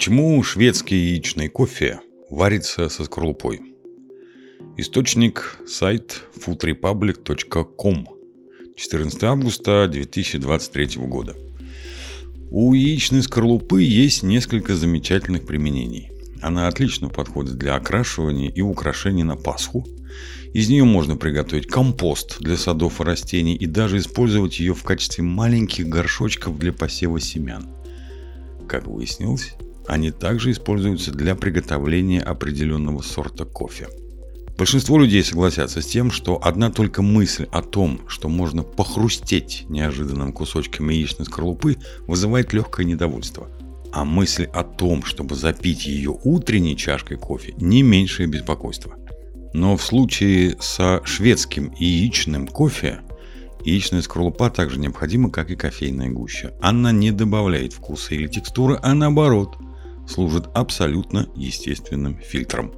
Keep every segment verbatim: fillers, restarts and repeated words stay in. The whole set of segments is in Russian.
Почему шведский яичный кофе варится со скорлупой? Источник – сайт фуд репаблик точка ком. четырнадцатого августа две тысячи двадцать третьего года. У яичной скорлупы есть несколько замечательных применений. Она отлично подходит для окрашивания и украшений на Пасху. Из нее можно приготовить компост для садов и растений и даже использовать ее в качестве маленьких горшочков для посева семян. Как выяснилось, они также используются для приготовления определенного сорта кофе. Большинство людей согласятся с тем, что одна только мысль о том, что можно похрустеть неожиданным кусочком яичной скорлупы, вызывает легкое недовольство. А мысль о том, чтобы запить ее утренней чашкой кофе, не меньшее беспокойство. Но в случае со шведским яичным кофе яичная скорлупа также необходима, как и кофейная гуща. Она не добавляет вкуса или текстуры, а наоборот, служит абсолютно естественным фильтром.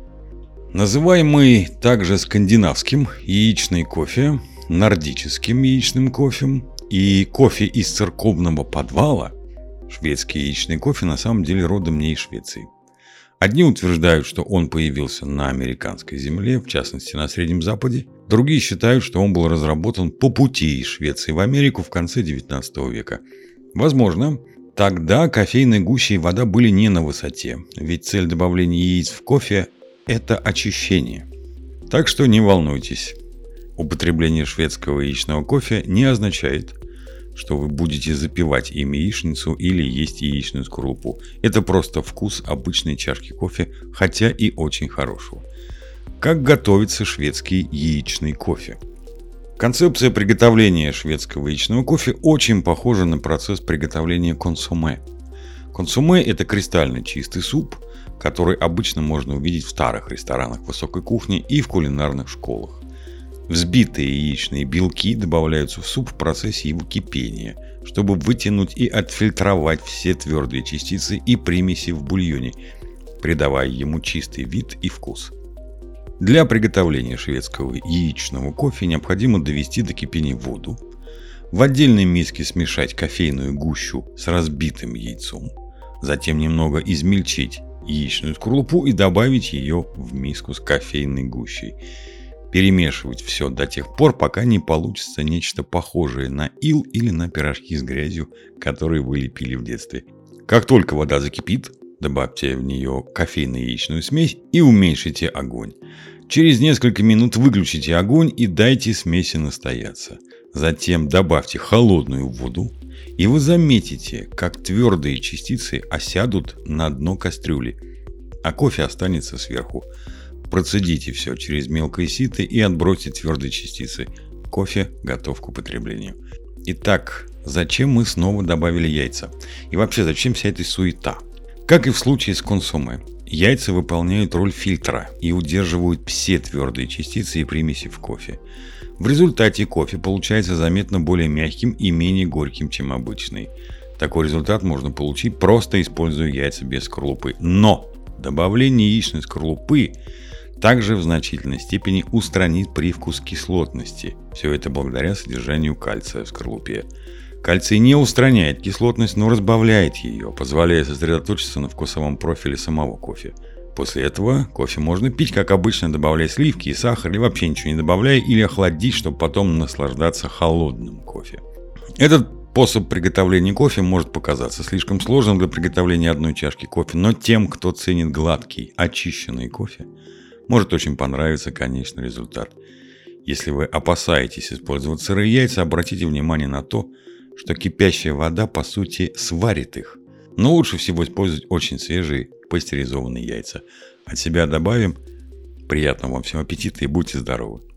Называемый также скандинавским яичный кофе, нордическим яичным кофе и кофе из церковного подвала, шведский яичный кофе на самом деле родом не из Швеции. Одни утверждают, что он появился на американской земле, в частности на Среднем Западе. Другие считают, что он был разработан по пути из Швеции в Америку в конце девятнадцатого века. Возможно, тогда кофейная гуща и вода были не на высоте, ведь цель добавления яиц в кофе – это очищение. Так что не волнуйтесь. Употребление шведского яичного кофе не означает, что вы будете запивать им яичницу или есть яичную скорлупу. Это просто вкус обычной чашки кофе, хотя и очень хорошего. Как готовится шведский яичный кофе? Концепция приготовления шведского яичного кофе очень похожа на процесс приготовления консоме. Консоме – это кристально чистый суп, который обычно можно увидеть в старых ресторанах высокой кухни и в кулинарных школах. Взбитые яичные белки добавляются в суп в процессе его кипения, чтобы вытянуть и отфильтровать все твердые частицы и примеси в бульоне, придавая ему чистый вид и вкус. Для приготовления шведского яичного кофе необходимо довести до кипения воду, в отдельной миске смешать кофейную гущу с разбитым яйцом, затем немного измельчить яичную скорлупу и добавить ее в миску с кофейной гущей. Перемешивать все до тех пор, пока не получится нечто похожее на ил или на пирожки с грязью, которые вы лепили в детстве. Как только вода закипит, добавьте в нее кофейно-яичную смесь и уменьшите огонь. Через несколько минут выключите огонь и дайте смеси настояться. Затем добавьте холодную воду, и вы заметите, как твердые частицы осядут на дно кастрюли, а кофе останется сверху. Процедите все через мелкое сито и отбросьте твердые частицы. Кофе готов к употреблению. Итак, зачем мы снова добавили яйца? И вообще, зачем вся эта суета? Как и в случае с консоме, яйца выполняют роль фильтра и удерживают все твердые частицы и примеси в кофе. В результате кофе получается заметно более мягким и менее горьким, чем обычный. Такой результат можно получить, просто используя яйца без скорлупы. Но добавление яичной скорлупы также в значительной степени устранит привкус кислотности. Все это благодаря содержанию кальция в скорлупе. Кальций не устраняет кислотность, но разбавляет ее, позволяя сосредоточиться на вкусовом профиле самого кофе. После этого кофе можно пить, как обычно, добавляя сливки и сахар, или вообще ничего не добавляя, или охладить, чтобы потом наслаждаться холодным кофе. Этот способ приготовления кофе может показаться слишком сложным для приготовления одной чашки кофе, но тем, кто ценит гладкий, очищенный кофе, может очень понравиться конечный результат. Если вы опасаетесь использовать сырые яйца, обратите внимание на то, что кипящая вода по сути сварит их. Но лучше всего использовать очень свежие пастеризованные яйца. От себя добавим: приятного вам всем аппетита и будьте здоровы!